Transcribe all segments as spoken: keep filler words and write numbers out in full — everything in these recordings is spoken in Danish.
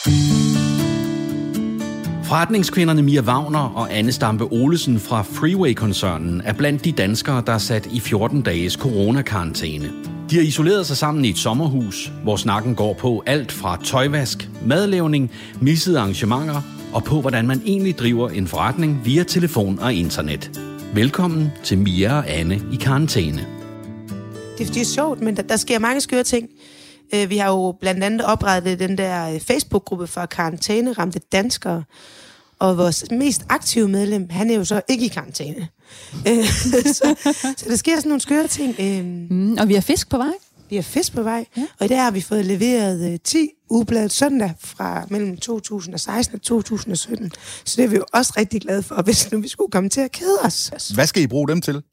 Forretningskvinderne Mia Wagner og Anne Stampe Olesen fra Freeway-koncernen er blandt de danskere, der er sat i fjorten dages coronakarantæne. De har isoleret sig sammen i et sommerhus, hvor snakken går på alt fra tøjvask, madlavning, missede arrangementer og på, hvordan man egentlig driver en forretning via telefon og internet. Velkommen til Mia og Anne i karantæne. Det, det er sjovt, men der, der sker mange skøre ting. Vi har jo blandt andet oprettet den der Facebook-gruppe for karantæneramte danskere, og vores mest aktive medlem, han er jo så ikke i karantæne. så, så der sker sådan nogle skøre ting. Mm, og vi har fisk på vej. Vi har fisk på vej, ja. Og i dag har vi fået leveret ti ugebladet søndag fra mellem to tusind og seksten og to tusind og sytten. Så det er vi jo også rigtig glade for, hvis nu vi skulle komme til at kede os. Hvad skal I bruge dem til?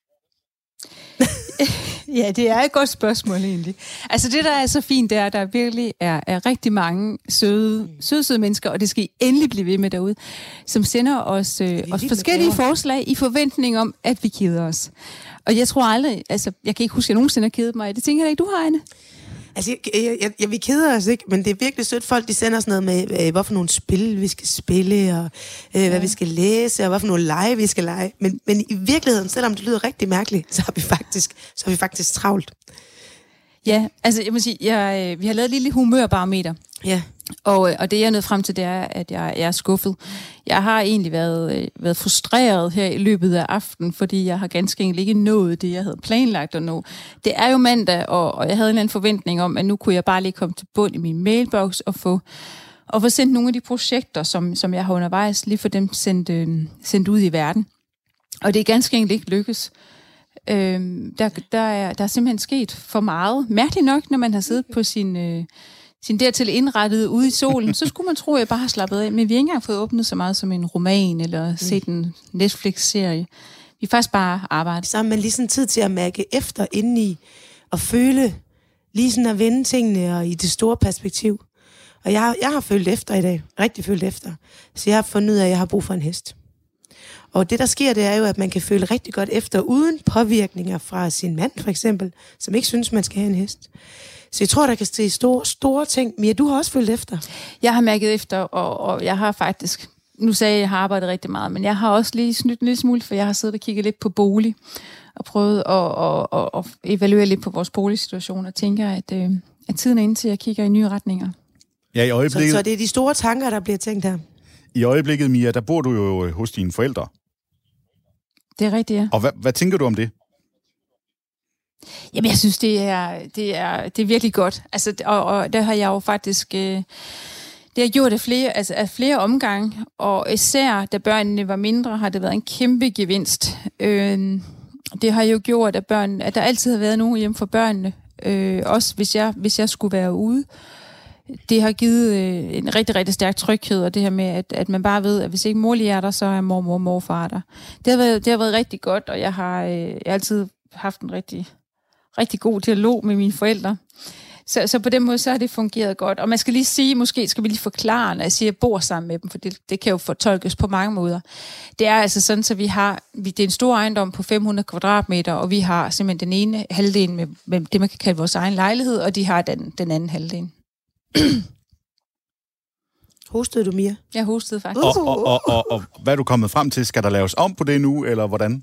Ja, det er et godt spørgsmål egentlig. Altså det, der er så fint, det er, at der virkelig er, er rigtig mange søde, søde, søde mennesker, og det skal I endelig blive ved med derude, som sender os, øh, os forskellige forslag i forventning om, at vi keder os. Og jeg tror aldrig, altså jeg kan ikke huske, at jeg nogensinde har kedet mig. Det tænker jeg ikke, du har, Anne. Altså, jeg, jeg, jeg, jeg, vi keder os ikke, men det er virkelig sødt folk, de sender sådan noget med, øh, hvorfor nogle spil vi skal spille, og øh, ja. hvad vi skal læse, og hvorfor nogle lege vi skal lege. Men, men i virkeligheden, selvom det lyder rigtig mærkeligt, så har vi faktisk, så har vi faktisk travlt. Ja, altså jeg må sige, jeg, vi har lavet et lille humørbarometer. Ja. Og, og det jeg er nødt frem til, det er, at jeg, jeg er skuffet. Jeg har egentlig været, været frustreret her i løbet af aftenen, fordi jeg har ganske enkelt ikke nået det, jeg havde planlagt at nå. Det er jo mandag, og, og jeg havde en eller anden forventning om, at nu kunne jeg bare lige komme til bund i min mailbox og få, og få sendt nogle af de projekter, som, som jeg har undervejs, lige for dem sendt, øh, sendt ud i verden. Og det er ganske enkelt ikke lykkes. Øh, der, der, er, der er simpelthen sket for meget. Mærkeligt nok, når man har siddet på sin... Øh, sin dertil indrettet ude i solen, så skulle man tro, at jeg bare har slappet af. Men vi har ikke engang fået åbnet så meget som en roman, eller set en Netflix-serie. Vi har faktisk bare arbejdet. Så har man lige sådan tid til at mærke efter indeni, og føle, lige sådan at vende tingene og i det store perspektiv. Og jeg, jeg har følt efter i dag, rigtig følt efter. Så jeg har fundet ud af, at jeg har brug for en hest. Og det, der sker, det er jo, at man kan føle rigtig godt efter, uden påvirkninger fra sin mand, for eksempel, som ikke synes, man skal have en hest. Så jeg tror, der kan ske store, store ting. Mia, du har også følt efter. Jeg har mærket efter, og, og jeg har faktisk... Nu sagde jeg, at jeg har arbejdet rigtig meget, men jeg har også lige snydt en lille smule, for jeg har siddet og kigget lidt på bolig, og prøvet at, at, at, at evaluere lidt på vores boligsituation, og tænker, at, at tiden er inde til, at jeg kigger i nye retninger. Ja, i øjeblikket... Så, så det er de store tanker, der bliver tænkt her? I øjeblikket, Mia, der bor du jo hos dine forældre. Det er rigtigt, ja. Og hvad, hvad tænker du om det? Jamen, jeg synes, det er, det er, det er virkelig godt. Altså, og, og der har jeg jo faktisk... Øh, det har gjort af flere, altså af flere omgange, og især da børnene var mindre, har det været en kæmpe gevinst. Øh, det har jo gjort, at, børn, at der altid har været nogen hjemme for børnene, øh, også hvis jeg, hvis jeg skulle være ude. Det har givet øh, en rigtig, rigtig stærk tryghed, og det her med, at, at man bare ved, at hvis ikke mor lige er der, så er mormor og morfar der. Det har været, det har været rigtig godt, og jeg har, øh, jeg har altid haft en rigtig... rigtig god dialog med mine forældre. Så, så på den måde, så har det fungeret godt. Og man skal lige sige, måske skal vi lige forklare, når jeg siger, at jeg bor sammen med dem, for det, det kan jo fortolkes på mange måder. Det er altså sådan, så vi har, vi, det er en stor ejendom på fem hundrede kvadratmeter, og vi har simpelthen den ene halvdel med, med det, man kan kalde vores egen lejlighed, og de har den, den anden halvdel. Hostede du, Mia? Jeg hostede faktisk. Og, og, og, og, og hvad er du kommet frem til? Skal der laves om på det nu, eller hvordan?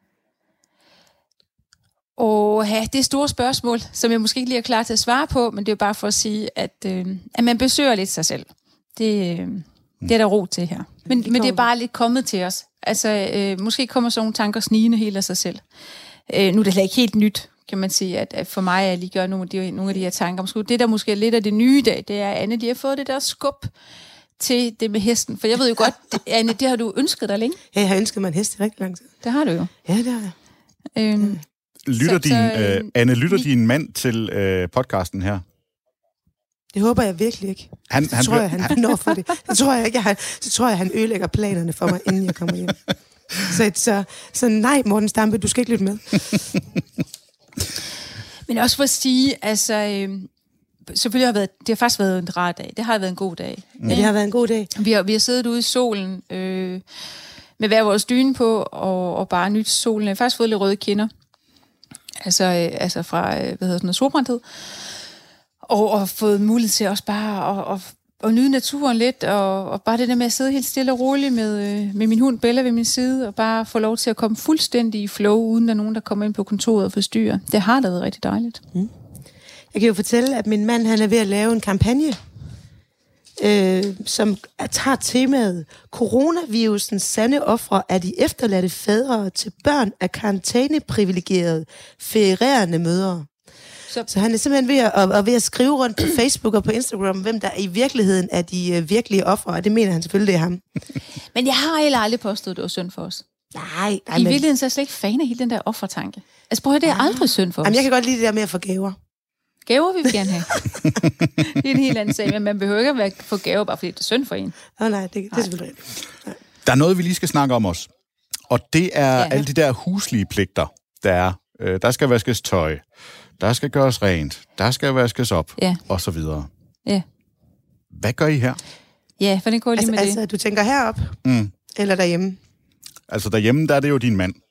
Og ja, det er store spørgsmål, som jeg måske ikke lige er klar til at svare på, men det er jo bare for at sige, at, øh, at man besøger lidt sig selv. Det, øh, det er der ro til her. Men, men det er bare lidt kommet til os. Altså, øh, måske kommer sådan nogle tanker snigende helt af sig selv. Øh, nu er det ikke helt nyt, kan man sige, at, at for mig at lige gøre nogle af de, nogle af de her tanker. Måske, det, der måske er lidt af det nye i dag, det er, at Anne, de har fået det der skub til det med hesten. For jeg ved jo godt, det, Anne, det har du ønsket dig længe. Ja, jeg har ønsket mig en hest i rigtig lang tid. Det har du jo. Ja, det har jeg. Øhm, Lytter så, din, så, øh, Anne, lytter vi... din mand til øh, podcasten her? Det håber jeg virkelig ikke. Han, så han tror blev... jeg, han når for det. Så tror jeg ikke, jeg har, så tror jeg, han ødelægger planerne for mig, inden jeg kommer hjem. Så, så, så nej, Morten Stampe, du skal ikke lytte med. Men også for at sige, altså... Øh, selvfølgelig har været, det har faktisk været en rar dag. Det har været en god dag. Ja, det har været en god dag. Vi har, vi har siddet ude i solen øh, med hver vores dyne på, og, og bare nyt solen. Jeg har faktisk fået lidt røde kinder. Altså, øh, altså fra, øh, hvad hedder sådan noget, solbrændthed. Og, og fået mulighed til også bare at, at, og nyde naturen lidt, og, og bare det der med at sidde helt stille og roligt med, øh, med min hund Bella ved min side, og bare få lov til at komme fuldstændig i flow, uden der er nogen, der kommer ind på kontoret og forstyrrer. Det har da været rigtig dejligt. Mm. Jeg kan jo fortælle, at min mand han er ved at lave en kampagne, øh, som tager temaet coronavirusens sande ofre er de efterladte fædre til børn af karantæneprivilegerede ferierende mødre. Så, så han er simpelthen ved at, at, at, ved at skrive rundt på Facebook og på Instagram, hvem der i virkeligheden er de uh, virkelige ofre, og det mener han selvfølgelig, det er ham. Men jeg har heller aldrig påstået, at det var synd for os. Nej. nej I men... virkeligheden så er jeg slet ikke fan af hele den der offertanke. Altså prøv at det er aldrig synd for os. Jamen, jeg kan godt lide det der med at få gaver. Gaver vil vi gerne have. Det er en helt anden sag, men man behøver ikke at få gaver, bare fordi det er synd for en. Åh oh, nej, det, det er selvfølgelig rigtigt. Nej. Der er noget, vi lige skal snakke om os. Og det er ja. alle de der huslige pligter, der er. Øh, der skal vaskes tøj. Der skal gøres rent, der skal vaskes op, ja. og så videre. Ja. Hvad gør I her? Ja, hvordan går I altså, lige med altså, det? Altså, du tænker herop, mm. eller derhjemme? Altså, derhjemme, der er det jo din mand.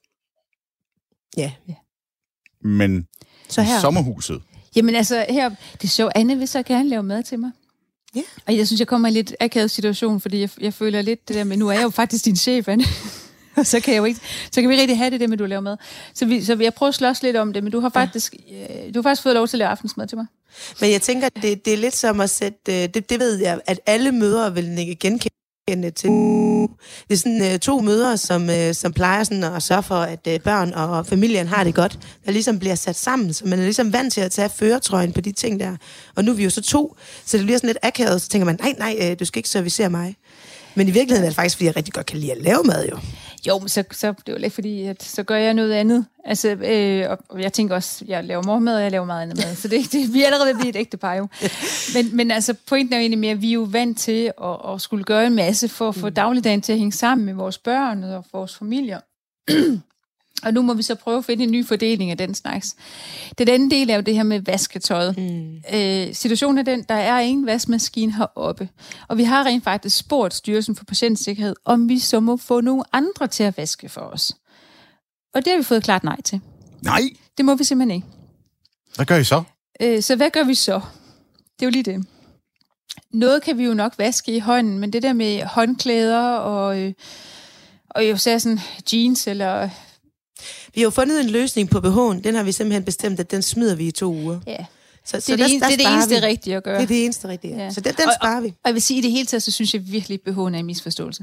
Ja. ja. Men så her. sommerhuset? Jamen altså, her, det er sjovt, Anne vil så gerne lave mad til mig. Ja. Og jeg synes, jeg kommer i en lidt akavet situation, fordi jeg, jeg føler lidt det der med, nu er jeg jo faktisk din chef, Anne. Og så kan jeg jo ikke, så kan vi rigtig have det, det med, du laver mad. Så, vi, så jeg prøver at slås lidt om det, men du har faktisk, ja. du har faktisk fået lov til at lave aftensmad til mig. Men jeg tænker, det, det er lidt som at sætte, det, det ved jeg, at alle mødre vil ikke genkende til. Det er sådan uh, to mødre, som, uh, som plejer sådan at sørge for, at uh, børn og familien har det godt, der ligesom bliver sat sammen, så man er ligesom vant til at tage føretrøjen på de ting der. Og nu er vi jo så to, så det bliver sådan lidt akavet, så tænker man, nej, nej, du skal ikke servicere mig. Men i virkeligheden er det faktisk, fordi jeg rigtig godt kan lide at lave mad, jo. Jo, men så, så det er jo lidt fordi, at så gør jeg noget andet. Altså, øh, og jeg tænker også, jeg laver morgenmad, og jeg laver meget andet mad. Så det, det, vi er allerede ved at blive et ægte par, jo. Men, men altså, pointen er jo egentlig mere, at vi er jo vant til at, at skulle gøre en masse for at få mm. dagligdagen til at hænge sammen med vores børn og vores familier. Og nu må vi så prøve at finde en ny fordeling af den slags. Den anden del er jo det her med vasketøjet. Mm. Øh, situationen er den, der er ingen vaskemaskine heroppe. Og vi har rent faktisk spurgt Styrelsen for Patientsikkerhed, om vi så må få nogle andre til at vaske for os. Og det har vi fået klart nej til. Nej? Det må vi simpelthen ikke. Hvad gør I så? Øh, så hvad gør vi så? Det er jo lige det. Noget kan vi jo nok vaske i hånden, men det der med håndklæder og, øh, og jo sådan jeans eller... Vi har jo fundet en løsning på B H'en. Den har vi simpelthen bestemt, at den smider vi i to uger. Ja. Så, det, så er der, det, en, der det er det eneste vi. rigtige at gøre. Det er det eneste rigtige, ja. Så den, den og, sparer og, vi. Og jeg vil sige, i det hele taget, så synes jeg virkelig, at B H'en er en misforståelse.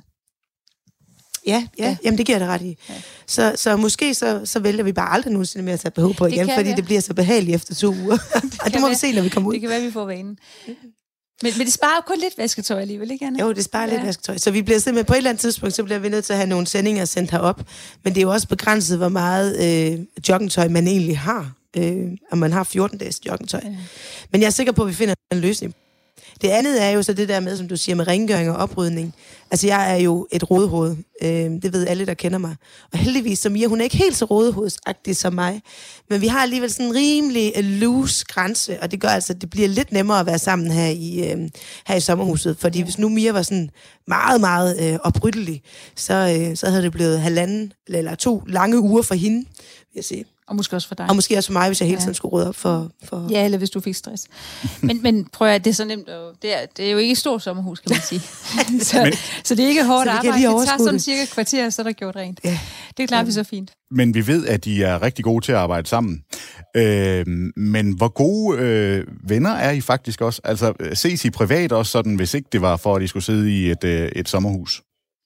Ja, ja, ja. Jamen det giver det ret i. Ja. Så, så måske så, så vælger vi bare aldrig nogensinde mere at tage B H på igen, fordi være. det bliver så behageligt efter to uger. det, det må være. vi se, når vi kommer ud. Det kan være, vi får vanen. Men, men det sparer jo kun lidt vasketøj alligevel, ikke Anna? Jo, det sparer ja. lidt vasketøj. Så vi bliver simpelthen på et eller andet tidspunkt, så bliver vi nødt til at have nogle sendinger sendt herop. Men det er jo også begrænset, hvor meget øh, joggingtøj man egentlig har. Øh, og man har fjorten dages joggingtøj. Ja. Men jeg er sikker på, at vi finder en løsning. Det andet er jo så det der med, som du siger, med rengøring og oprydning. Altså, jeg er jo et rodehoved. Øh, det ved alle, der kender mig. Og heldigvis, så Mia, hun er ikke helt så rodehovedsagtig som mig. Men vi har alligevel sådan en rimelig loose grænse, og det gør altså, at det bliver lidt nemmere at være sammen her i, øh, her i sommerhuset. Fordi ja. hvis nu Mia var sådan meget, meget øh, opryddelig, så, øh, så havde det blevet halvanden eller to lange uger for hende, vil jeg sige. Og måske også for dig. Og måske også for mig, hvis jeg hele tiden ja. skulle rydde op for, for... Ja, eller hvis du fik stress. men, men prøv at det er så nemt. Det er, det er jo ikke et stort sommerhus, kan man sige. så, men, så det er ikke hårdt arbejde. Det tager sådan cirka et kvarter, så er der gjort rent. Ja. Det klarer ja. vi så fint. Men vi ved, at de er rigtig gode til at arbejde sammen. Øh, men hvor gode øh, venner er I faktisk også? Altså, ses I privat også sådan, hvis ikke det var for, at I skulle sidde i et, øh, et sommerhus?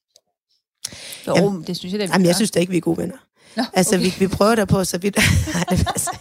Jo, jamen, det synes jeg da, vi Jamen, jeg synes da ikke, vi er gode venner. Nå, altså, okay. vi, vi prøver der på, så vi... Nej, det passer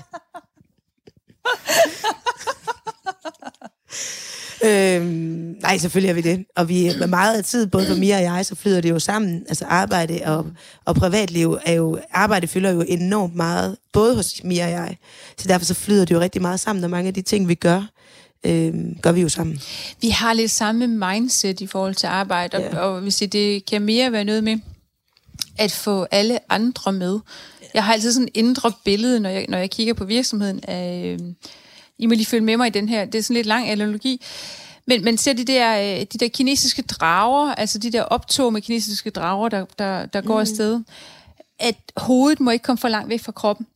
ikke. øhm, nej, selvfølgelig er vi det. Og vi er meget af tid, både for Mia og jeg, så flyder det jo sammen. Altså arbejde og, og privatliv er jo... Arbejde fylder jo enormt meget, både hos Mia og jeg. Så derfor så flyder det jo rigtig meget sammen, og mange af de ting, vi gør, øhm, gør vi jo sammen. Vi har lidt samme mindset i forhold til arbejde, ja. og, og hvis det kan mere være noget med at få alle andre med. Jeg har altid sådan et indre billede, når jeg, når jeg kigger på virksomheden. Af, øh, I må lige følge med mig i den her. Det er sådan lidt lang analogi. Men man ser de der, de der kinesiske drager, altså de der optog med kinesiske drager, der, der, der går mm. afsted, at hovedet må ikke komme for langt væk fra kroppen.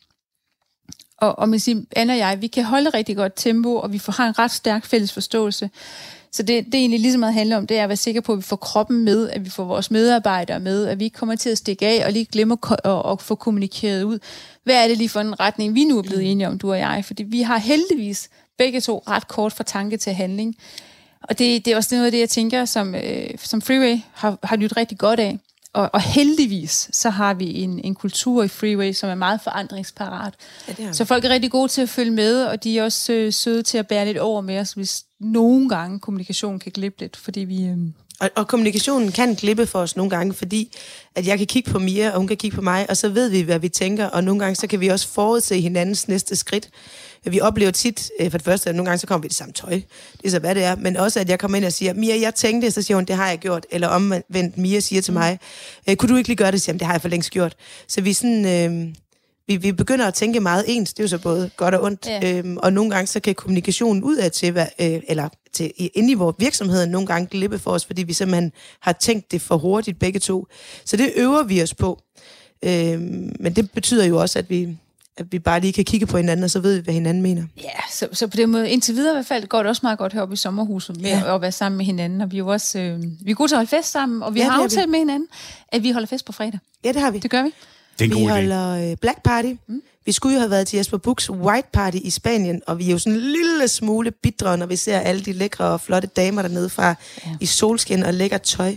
Og, og man siger, Anna og jeg, vi kan holde rigtig godt tempo, og vi får, har en ret stærk fælles forståelse. Så det, det egentlig lige så meget handler om, det er at være sikker på, at vi får kroppen med, at vi får vores medarbejdere med, at vi ikke kommer til at stikke af og lige glemmer at, at få kommunikeret ud. Hvad er det lige for en retning, vi nu er blevet enige om, du og jeg? Fordi vi har heldigvis begge to ret kort fra tanke til handling. Og det, det er også noget af det, jeg tænker, som, øh, som Freeway har, har nydt rigtig godt af. Og, og heldigvis, så har vi en, en kultur i Freeway, som er meget forandringsparat. Ja, så folk er rigtig gode til at følge med, og de er også øh, søde til at bære lidt over med os, hvis nogle gange kommunikationen kan glippe lidt, fordi vi... Øh... Og, og kommunikationen kan glippe for os nogle gange, fordi at jeg kan kigge på Mia, og hun kan kigge på mig, og så ved vi, hvad vi tænker, og nogle gange så kan vi også forudse hinandens næste skridt. Vi oplever tit, for det første, at nogle gange så kommer vi i det samme tøj. Det er så, hvad det er. Men også, at jeg kommer ind og siger, Mia, jeg tænkte, så siger hun, det har jeg gjort. Eller omvendt, Mia siger til mig, kunne du ikke lige gøre det? Så siger det har jeg for længst gjort. Så vi sådan... Øh, vi, vi begynder at tænke meget ens. Det er jo så både godt og ondt. Ja. Øhm, og nogle gange, så kan kommunikationen ud af til, hvad, øh, eller til, inde i vores virksomhed, nogle gange glippe for os, fordi vi simpelthen har tænkt det for hurtigt begge to. Så det øver vi os på. Øhm, men det betyder jo også, at vi... at vi bare lige kan kigge på hinanden, og så ved vi, hvad hinanden mener. Ja, så, så på den måde, indtil videre i hvert fald, går det også meget godt heroppe i sommerhuset med ja. at være sammen med hinanden, og vi er jo også, øh, vi er gode til at holde fest sammen, og vi ja, har aftalt med hinanden, at vi holder fest på fredag. Ja, det har vi. Det gør vi. Det er en vi god holder øh, Black Party. Mm. Vi skulle jo have været til Jesper Buchs White Party i Spanien, og vi er jo sådan en lille smule bitre, når vi ser alle de lækre og flotte damer dernede fra ja. i solskin og lækker tøj.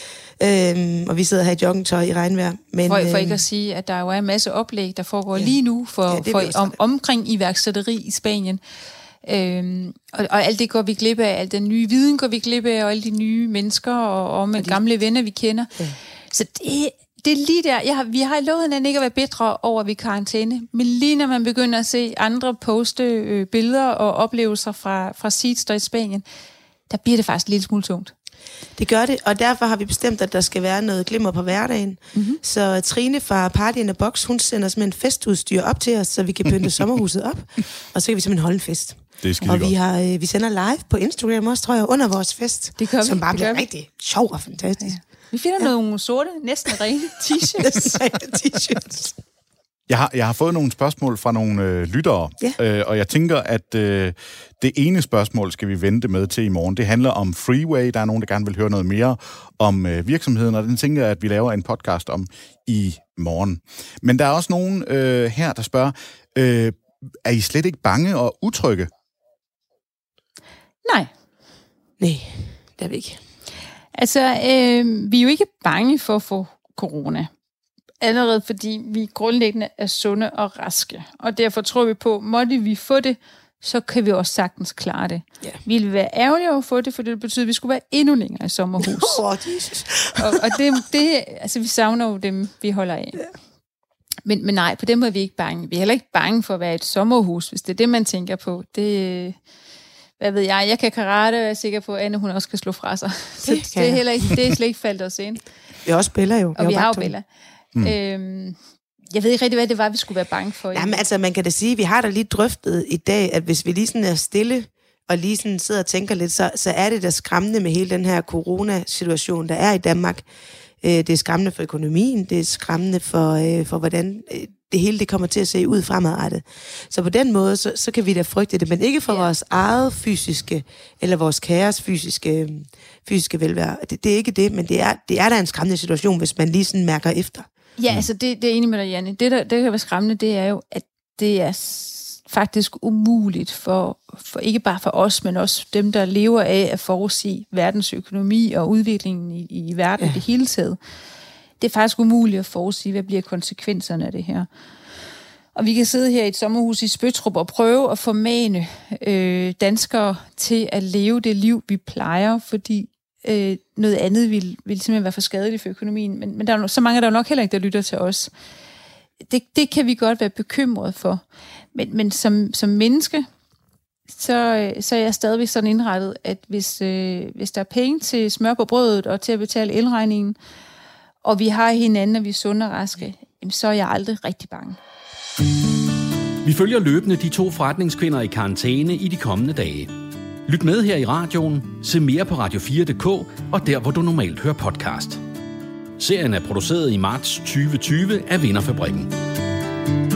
Øhm, og vi sidder her i joggingtøj i regnvejr. Men, for, for øhm, ikke at sige, at der jo er en masse oplæg, der foregår ja. lige nu for, ja, for om, omkring iværksætteri i Spanien. Øhm, og, og alt det går vi glip af, al den nye viden går vi glip af, og alle de nye mennesker og, og med de... gamle venner, vi kender. Ja. Så det, det er lige der. Jeg har, vi har lovet hinanden ikke at være bedre over ved karantæne, men lige når man begynder at se andre poste øh, billeder og oplevelser fra, fra Seeds der i Spanien, der bliver det faktisk en lille smule tungt. Det gør det, og derfor har vi bestemt, at der skal være noget glimmer på hverdagen. Mm-hmm. Så Trine fra Party in a Box, hun sender simpelthen festudstyr op til os, så vi kan pynte sommerhuset op, og så kan vi simpelthen holde en fest. Det er skide og godt. vi, har, øh, vi sender live på Instagram også, tror jeg, under vores fest, det vi, som bare det bliver rigtig sjov og fantastisk. Ja. Vi finder ja. nogle sorte, næsten rene t-shirts. t-shirts. Jeg har, jeg har fået nogle spørgsmål fra nogle øh, lyttere, ja. øh, og jeg tænker, at øh, det ene spørgsmål skal vi vente med til i morgen. Det handler om Freeway. Der er nogen, der gerne vil høre noget mere om øh, virksomheden, og den tænker jeg, at vi laver en podcast om i morgen. Men der er også nogen øh, her, der spørger, øh, er I slet ikke bange og utrygge? Nej. Nej, det er vi ikke. Altså, øh, vi er jo ikke bange for at få corona. Allerede fordi vi grundlæggende er sunde og raske. Og derfor tror vi på, måtte vi få det, så kan vi også sagtens klare det. Yeah. Vi ville være ærgerlige over at få det, for det betyder, at vi skulle være endnu længere i sommerhus. Oh, Jesus. og og det, det, altså, vi savner jo dem, vi holder af. Yeah. Men, men nej, på den måde er vi ikke bange. Vi er heller ikke bange for at være i et sommerhus, hvis det er det, man tænker på. Det, hvad ved jeg, jeg kan karate, og jeg er sikker på, at Anne, hun også kan slå fra sig. Så det, det, er, heller ikke, det er slet ikke faldt os ind. Vi har også Bella jo. Og vi har jo Bella. Mm. Øhm, jeg ved ikke rigtig, hvad det var, vi skulle være bange for. Jamen altså, man kan da sige, vi har da lige drøftet i dag, at hvis vi lige sådan er stille, og lige sådan sidder og tænker lidt, så, så er det da skræmmende med hele den her coronasituation, der er i Danmark. Øh, det er skræmmende for økonomien, det er skræmmende for, øh, for hvordan øh, det hele det kommer til at se ud fremadrettet. Så på den måde, så, så kan vi da frygte det, men ikke for ja. vores eget fysiske, eller vores kæres fysiske, fysiske velvære. Det, det er ikke det, men det er, det er da en skræmmende situation, hvis man lige sådan mærker efter. Ja, altså det, det er enig med dig, Janne. Det, der, det kan være skræmmende, det er jo, at det er faktisk umuligt for, for ikke bare for os, men også dem, der lever af at forudsige verdens økonomi og udviklingen i, i verden ja. det hele taget. Det er faktisk umuligt at forudsige, hvad bliver konsekvenserne af det her. Og vi kan sidde her i et sommerhus i Spøttrup og prøve at formane øh, danskere til at leve det liv, vi plejer, fordi øh, noget andet vil, vil simpelthen være for skadeligt for økonomien. Men, men der er så mange, der er nok heller ikke, der lytter til os. Det, det kan vi godt være bekymret for. Men, men som, som menneske, så, så er jeg stadigvæk sådan indrettet, at hvis, øh, hvis der er penge til smør på brødet og til at betale elregningen, og vi har hinanden, og vi er sunde og raske, så er jeg aldrig rigtig bange. Vi følger løbende de to forretningskvinder i karantæne i de kommende dage. Lyt med her i radioen, se mere på radio fire punktum d k og der, hvor du normalt hører podcast. Serien er produceret i marts tyve tyve af Vinderfabrikken.